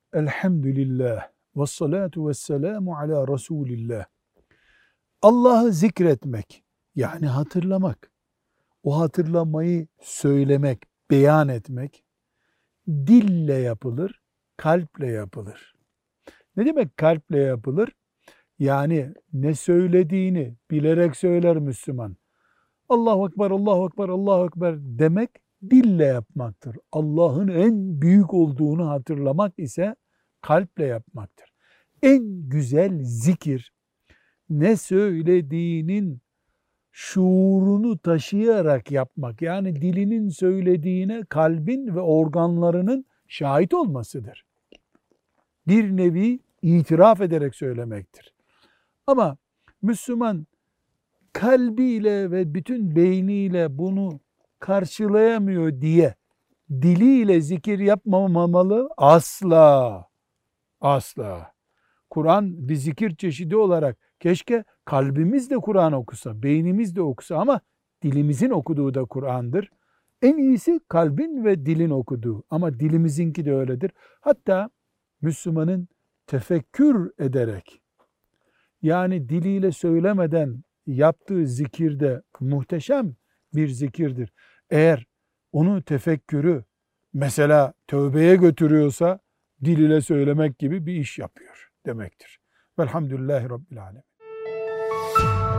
Elhamdülillah ve salatu ve selamu ala Resulillah. Allah'ı zikretmek, yani hatırlamak, o hatırlamayı söylemek, beyan etmek, dille yapılır, kalple yapılır. Ne demek kalple yapılır? Yani ne söylediğini bilerek söyler Müslüman. Allahu Ekber, Allahu Ekber, Allahu Ekber demek dille yapmaktır. Allah'ın en büyük olduğunu hatırlamak ise kalple yapmaktır. En güzel zikir, ne söylediğinin şuurunu taşıyarak yapmak. Yani dilinin söylediğine kalbin ve organlarının şahit olmasıdır. Bir nevi itiraf ederek söylemektir. Ama Müslüman kalbiyle ve bütün beyniyle bunu karşılayamıyor diye diliyle zikir yapmamalı? Asla. Asla. Kur'an bir zikir çeşidi olarak keşke kalbimiz de Kur'an okusa, beynimiz de okusa ama dilimizin okuduğu da Kur'an'dır. En iyisi kalbin ve dilin okuduğu ama dilimizinki de öyledir. Hatta Müslümanın tefekkür ederek, yani diliyle söylemeden yaptığı zikir de muhteşem bir zikirdir. Eğer onu tefekkürü mesela tövbeye götürüyorsa dil ile söylemek gibi bir iş yapıyor demektir. Velhamdülillahi Rabbil Alemin.